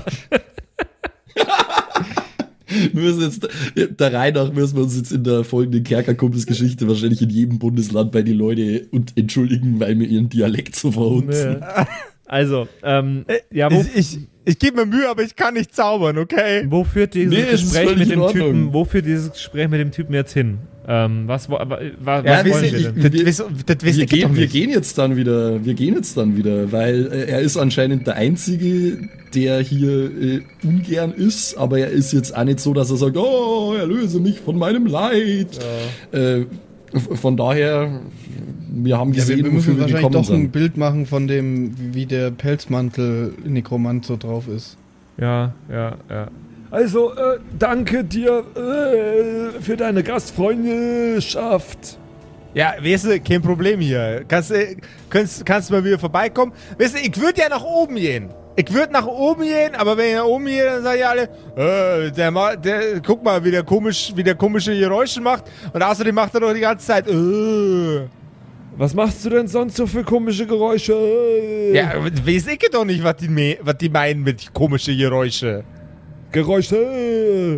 wir müssen jetzt, der Reihe nach müssen wir uns jetzt in der folgenden Kerkerkumpels-Geschichte wahrscheinlich in jedem Bundesland bei den Leuten und entschuldigen, weil wir ihren Dialekt so verhunzen. Also, ich gebe mir Mühe, aber ich kann nicht zaubern, okay? Wo führt dieses Gespräch mit dem Typen? Wo führt dieses Gespräch mit dem Typen jetzt hin? Was wollen wir denn? Wir gehen jetzt dann wieder, weil er ist anscheinend der Einzige, der hier ungern ist, aber er ist jetzt auch nicht so, dass er sagt, oh, erlöse mich von meinem Leid. Ja. Von daher, wir haben gesehen, wir müssen wahrscheinlich doch ein Bild machen von dem, wie der Pelzmantel-Nekromant so drauf ist. Ja. Also, danke dir für deine Gastfreundschaft. Ja, weißt du, kein Problem hier. Kannst du mal wieder vorbeikommen? Weißt du, ich würde ja nach oben gehen. Aber wenn ich nach oben gehe, dann sagen ja alle, guck mal, wie der komische Geräusche macht. Und außerdem macht er doch die ganze Zeit, Was machst du denn sonst so für komische Geräusche? Ja, weiß ich doch nicht, was die meinen mit komische Geräusche. Geräusche.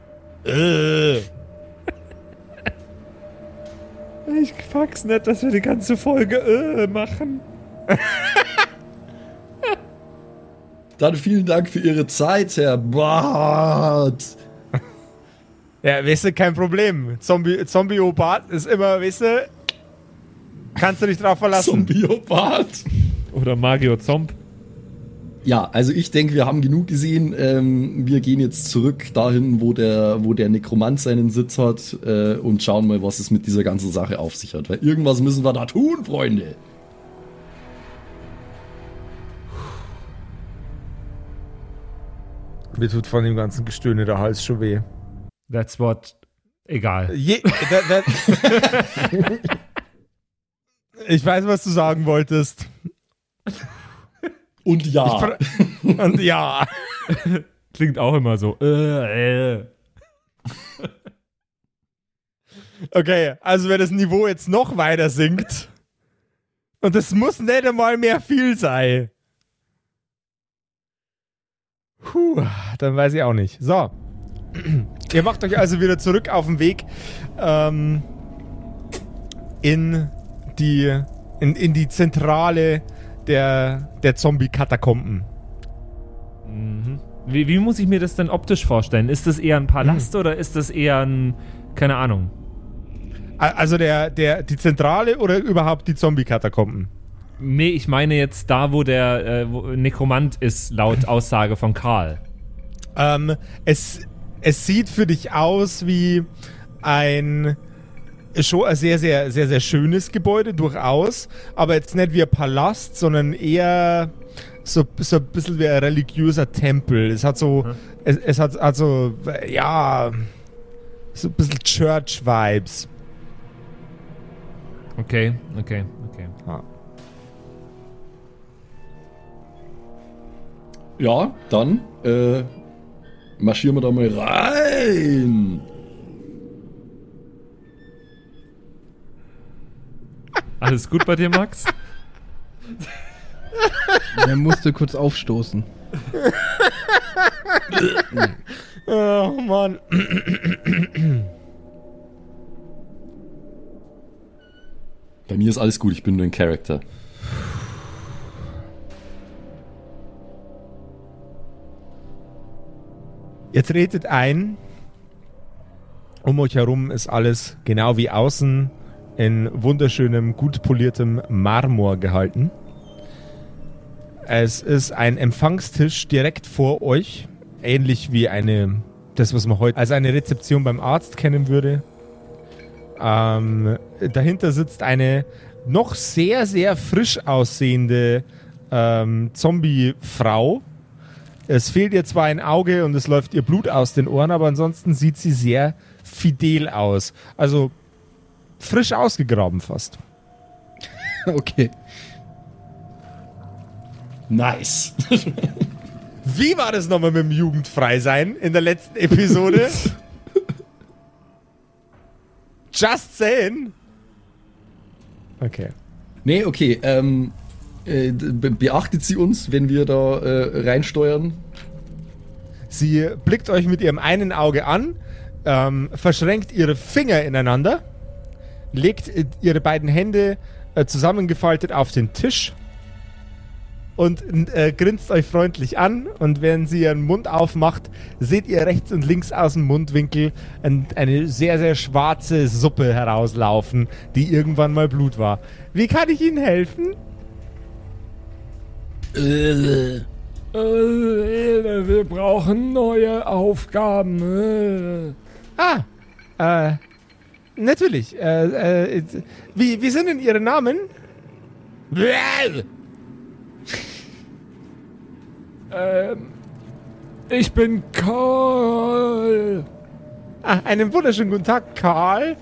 Ich fuck's nicht, dass wir die ganze Folge machen. Dann vielen Dank für Ihre Zeit, Herr Bart. Ja, weißt du, kein Problem. Zombie-O-Bart ist immer, weißt du, kannst du dich drauf verlassen. Zombie-O-Bart. Oder Magio-Zomb. Ja, also ich denke, wir haben genug gesehen. Wir gehen jetzt zurück dahin, wo der Nekromant seinen Sitz hat und schauen mal, was es mit dieser ganzen Sache auf sich hat. Weil irgendwas müssen wir da tun, Freunde. Mir tut von dem ganzen Gestöhne der Hals schon weh. That's what. Egal. Ich weiß, was du sagen wolltest. Und ja. Und ja. Klingt auch immer so. Okay, also wenn das Niveau jetzt noch weiter sinkt und es muss nicht einmal mehr viel sein. Dann weiß ich auch nicht. So. Ihr macht euch also wieder zurück auf den Weg in die Zentrale der Zombie-Katakomben. Mhm. Wie muss ich mir das denn optisch vorstellen? Ist das eher ein Palast oder ist das eher ein, keine Ahnung? Also die Zentrale oder überhaupt die Zombie-Katakomben? Nee, ich meine jetzt da, wo der Nekromant ist, laut Aussage von Karl. Es sieht für dich aus wie schon ein sehr, sehr, sehr, sehr schönes Gebäude, durchaus, aber jetzt nicht wie ein Palast, sondern eher so ein bisschen wie ein religiöser Tempel. Es hat so, es hat also, ja, so ein bisschen Church-Vibes. Okay. Ja, dann marschieren wir da mal rein. Alles gut bei dir, Max? Er musste kurz aufstoßen. Oh Mann. Bei mir ist alles gut, ich bin nur ein Charakter. Ihr tretet ein. Um euch herum ist alles genau wie außen in wunderschönem, gut poliertem Marmor gehalten. Es ist ein Empfangstisch direkt vor euch, ähnlich wie das, was man heute als eine Rezeption beim Arzt kennen würde. Dahinter sitzt eine noch sehr, sehr frisch aussehende Zombie-Frau. Es fehlt ihr zwar ein Auge und es läuft ihr Blut aus den Ohren, aber ansonsten sieht sie sehr fidel aus. Also frisch ausgegraben fast. Okay. Nice. Wie war das nochmal mit dem Jugendfreisein in der letzten Episode? Just saying. Okay. Nee, okay. Beachtet sie uns, wenn wir da reinsteuern? Sie blickt euch mit ihrem einen Auge an, verschränkt ihre Finger ineinander, legt ihre beiden Hände zusammengefaltet auf den Tisch und grinst euch freundlich an. Und wenn sie ihren Mund aufmacht, seht ihr rechts und links aus dem Mundwinkel eine sehr, sehr schwarze Suppe herauslaufen, die irgendwann mal Blut war. Wie kann ich Ihnen helfen? Wir brauchen neue Aufgaben. Natürlich. Wie sind denn Ihre Namen? Ich bin Karl. Einen wunderschönen guten Tag, Karl.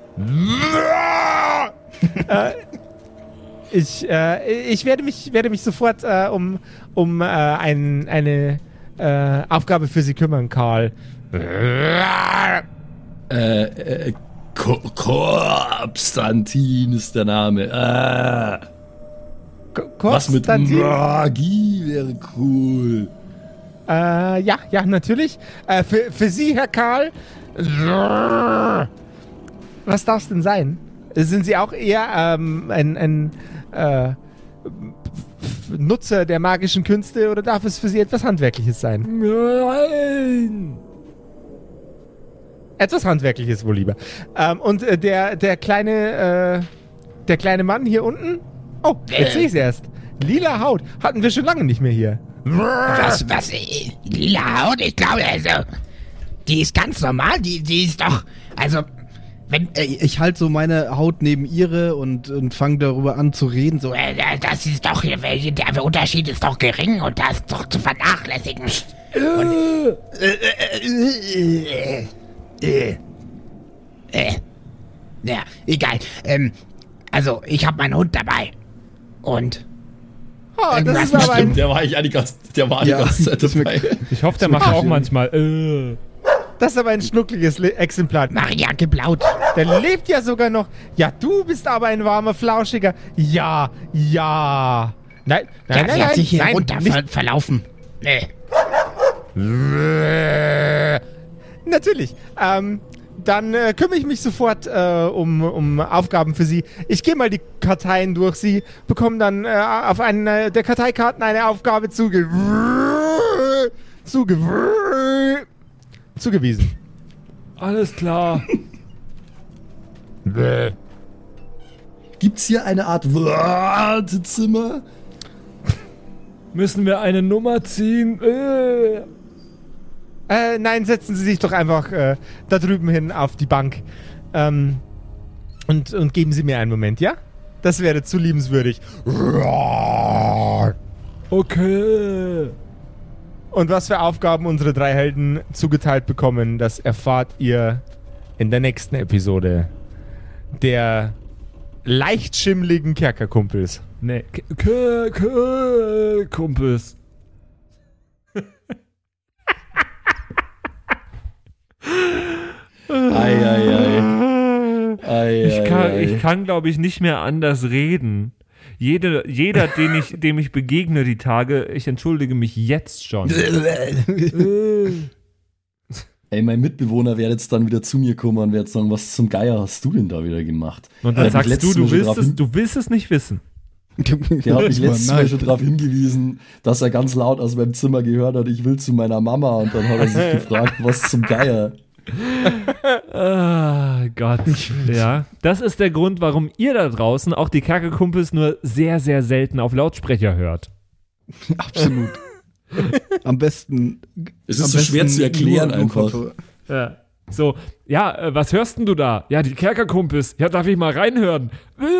Ich werde mich sofort um eine Aufgabe für Sie kümmern, Karl. Konstantin ist der Name. Was mit Magie wäre cool. Ja, natürlich. Für Sie, Herr Karl. Was darf es denn sein? Sind Sie auch eher ein Nutzer der magischen Künste oder darf es für Sie etwas Handwerkliches sein? Nein. Etwas Handwerkliches wohl lieber. Und der kleine Mann hier unten? Oh, jetzt sehe ich es erst. Lila Haut. Hatten wir schon lange nicht mehr hier. Was? Lila Haut? Ich glaube, also, die ist ganz normal. Die ist doch, also, wenn... Ich halte so meine Haut neben ihre und fange darüber an zu reden. So, das ist doch, der Unterschied ist doch gering und das ist doch zu vernachlässigen. Ja, egal. Also, ich habe meinen Hund dabei. Und... das ist aber der war eigentlich die ganze Zeit dabei. Ich hoffe, der macht auch manchmal. Das ist aber ein schnuckliges Exemplar. Maria geblaut. Der lebt ja sogar noch. Ja, du bist aber ein warmer Flauschiger. Ja. Nein. Sie hat sich hier runter verlaufen. Nee. Natürlich. Dann kümmere ich mich sofort um Aufgaben für Sie. Ich gehe mal die Karteien durch. Sie bekommen dann auf einer der Karteikarten eine Aufgabe zugewiesen. Alles klar. Gibt's hier eine Art Wartezimmer? Müssen wir eine Nummer ziehen? Nein, setzen Sie sich doch einfach da drüben hin auf die Bank. Und geben Sie mir einen Moment, ja? Das wäre zu liebenswürdig. Okay. Und was für Aufgaben unsere 3 Helden zugeteilt bekommen, das erfahrt ihr in der nächsten Episode der leicht schimmligen Kerkerkumpels. Nee. Kumpels. Ich kann, glaube ich, nicht mehr anders reden. Jeder, dem ich begegne die Tage, ich entschuldige mich jetzt schon. Ey, mein Mitbewohner wird jetzt dann wieder zu mir kommen und wird sagen, was zum Geier hast du denn da wieder gemacht? Und dann sagst du willst es nicht wissen. Der hat mich letztes Mal schon darauf hingewiesen, dass er ganz laut aus meinem Zimmer gehört hat, ich will zu meiner Mama. Und dann hat er sich gefragt, was zum Geier? Ah, Gott. Ja, das ist der Grund, warum ihr da draußen auch die Kerkerkumpels nur sehr, sehr selten auf Lautsprecher hört. Absolut. Am besten. Es ist so schwer zu erklären einfach. Ja. So, ja, was hörst denn du da? Ja, die Kerkerkumpels. Ja, darf ich mal reinhören?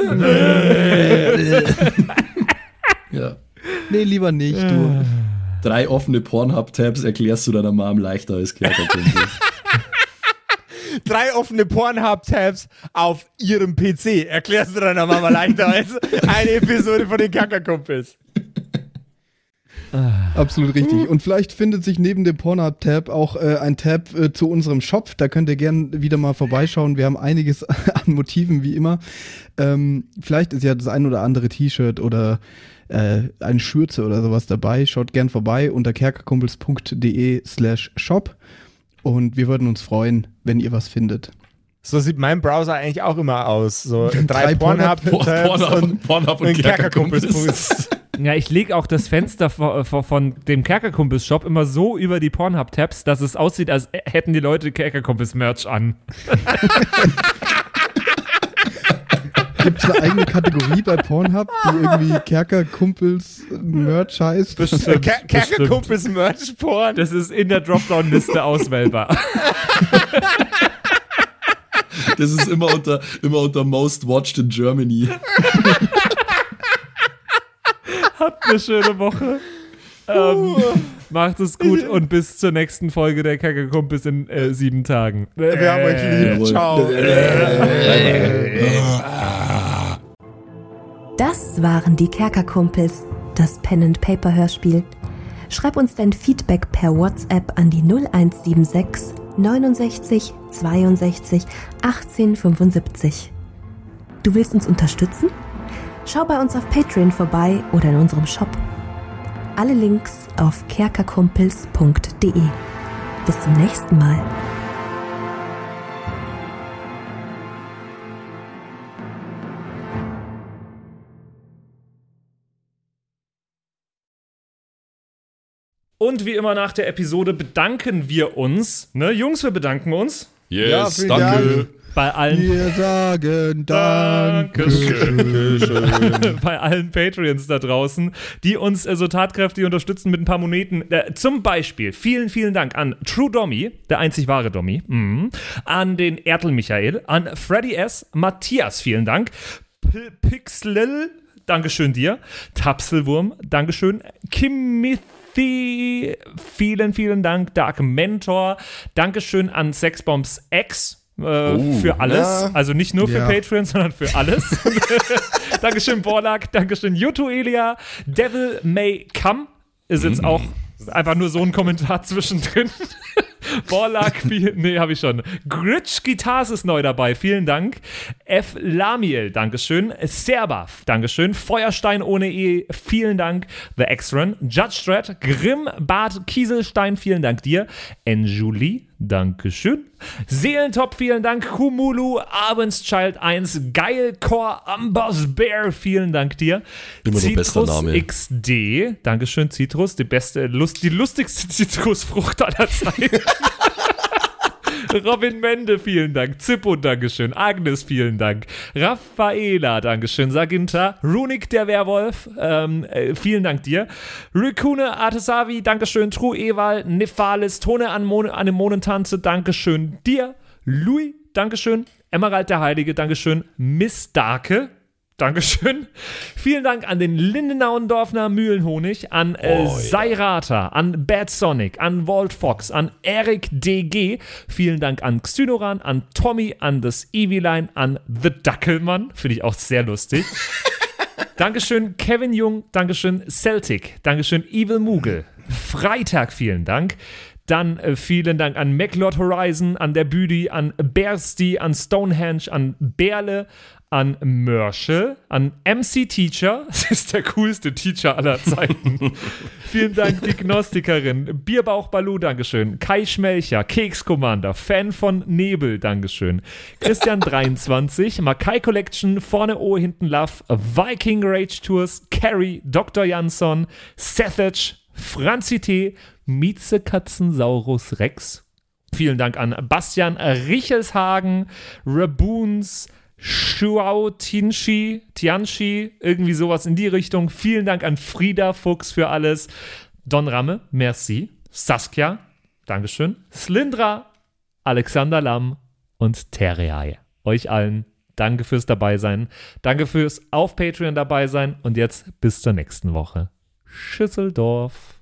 Ja. Nee, lieber nicht, du. 3 offene Pornhub-Tabs erklärst du deiner Mom leichter als Kerkerkumpel. 3 offene Pornhub-Tabs auf ihrem PC erklärst du deiner Mama leichter als eine Episode von den Kerkerkumpels. Absolut richtig. Und vielleicht findet sich neben dem Pornhub-Tab auch ein Tab zu unserem Shop. Da könnt ihr gerne wieder mal vorbeischauen. Wir haben einiges an Motiven, wie immer. Vielleicht ist ja das ein oder andere T-Shirt oder eine Schürze oder sowas dabei. Schaut gern vorbei unter kerkerkumpels.de/shop. Und wir würden uns freuen, wenn ihr was findet. So sieht mein Browser eigentlich auch immer aus. So 3 Pornhub-Tabs und Kerkerkumpels. Ja, ich lege auch das Fenster von dem Kerkerkumpels-Shop immer so über die Pornhub-Tabs, dass es aussieht, als hätten die Leute Kerkerkumpels-Merch an. Gibt es eine eigene Kategorie bei Pornhub, die irgendwie Kerkerkumpels-Merch heißt? Kerkerkumpels-Merch-Porn. Das ist in der Dropdown-Liste auswählbar. Das ist immer unter Most Watched in Germany. Habt eine schöne Woche. Macht es gut und bis zur nächsten Folge der Kerkerkumpels in 7 Tagen. Wir haben euch lieb. Ciao. Das waren die Kerkerkumpels, das Pen-and-Paper-Hörspiel. Schreib uns dein Feedback per WhatsApp an die 0176 69 62 18 75. Du willst uns unterstützen? Schau bei uns auf Patreon vorbei oder in unserem Shop. Alle Links auf kerkerkumpels.de. Bis zum nächsten Mal. Und wie immer nach der Episode bedanken wir uns. Ne, Jungs, wir bedanken uns. Yes, ja, danke. Bei allen. Wir sagen Dankeschön. Bei allen Patreons da draußen, die uns so tatkräftig unterstützen mit ein paar Moneten. Zum Beispiel vielen, vielen Dank an True Dommy, der einzig wahre Dommy, an den Ertel Michael, an Freddy S., Matthias, vielen Dank, Pixlil, Dankeschön dir, Tapselwurm, Dankeschön, Kimothy, vielen, vielen Dank, Dark Mentor, Dankeschön an Sexbombs X, für alles, ja. Also nicht nur für Patreon, sondern für alles. Dankeschön Borlak, Dankeschön Yuto Elia, Devil May Come ist jetzt auch einfach nur so ein Kommentar zwischendrin. Borlak, habe ich schon. Gritsch Guitars ist neu dabei, vielen Dank. F. Lamiel, Dankeschön. Serbath, Dankeschön. Feuerstein ohne E, vielen Dank. The X-Run, Judge Dredd, Grimm, Bart Kieselstein, vielen Dank dir. Enjulie, Dankeschön. Seelentop, vielen Dank. Kumulu, Abendschild 1, Geilcore, Ambers Bear, vielen Dank dir. Immer noch bester Name. XD, Dankeschön, Citrus, die lustigste Zitrusfrucht aller Zeiten. Robin Mende, vielen Dank. Zippo, Dankeschön. Agnes, vielen Dank. Raffaela, Dankeschön. Saginta. Runik, der Werwolf, vielen Dank dir. Rikune, Artesavi, Dankeschön. True Ewal, Nephalis, Tone Anemonentanze, Dankeschön dir. Louis, Dankeschön. Emerald der Heilige, Dankeschön. Miss Darke, Dankeschön. Vielen Dank an den Lindenauendorfner Mühlenhonig, an Seirata, an Bad Sonic, an Walt Fox, an Eric DG. Vielen Dank an Xynoran, an Tommy, an das Eviline, an The Dackelmann. Finde ich auch sehr lustig. Dankeschön, Kevin Jung. Dankeschön, Celtic. Dankeschön, Evil Moogle. Freitag, vielen Dank. Dann vielen Dank an MacLord Horizon, an der Büdi, an Bersty, an Stonehenge, an Berle, an Mörschel, an MC Teacher, das ist der coolste Teacher aller Zeiten. Vielen Dank, die Gnostikerin, Bierbauch Balu, Dankeschön, Kai Schmelcher, Keks Commander, Fan von Nebel, Dankeschön, Christian 23, Makai Collection, vorne O, hinten Love, Viking Rage Tours, Carrie, Dr. Jansson, Sethage, Franzi T., Mieze Katzensaurus Rex. Vielen Dank an Bastian Richelshagen, Raboons, Shuao Tianchi, irgendwie sowas in die Richtung. Vielen Dank an Frieda Fuchs für alles. Don Ramme, merci. Saskia, Dankeschön. Slindra, Alexander Lamm und Terreae. Euch allen danke fürs Dabeisein. Danke fürs auf Patreon dabei sein. Und jetzt bis zur nächsten Woche. Schüsseldorf.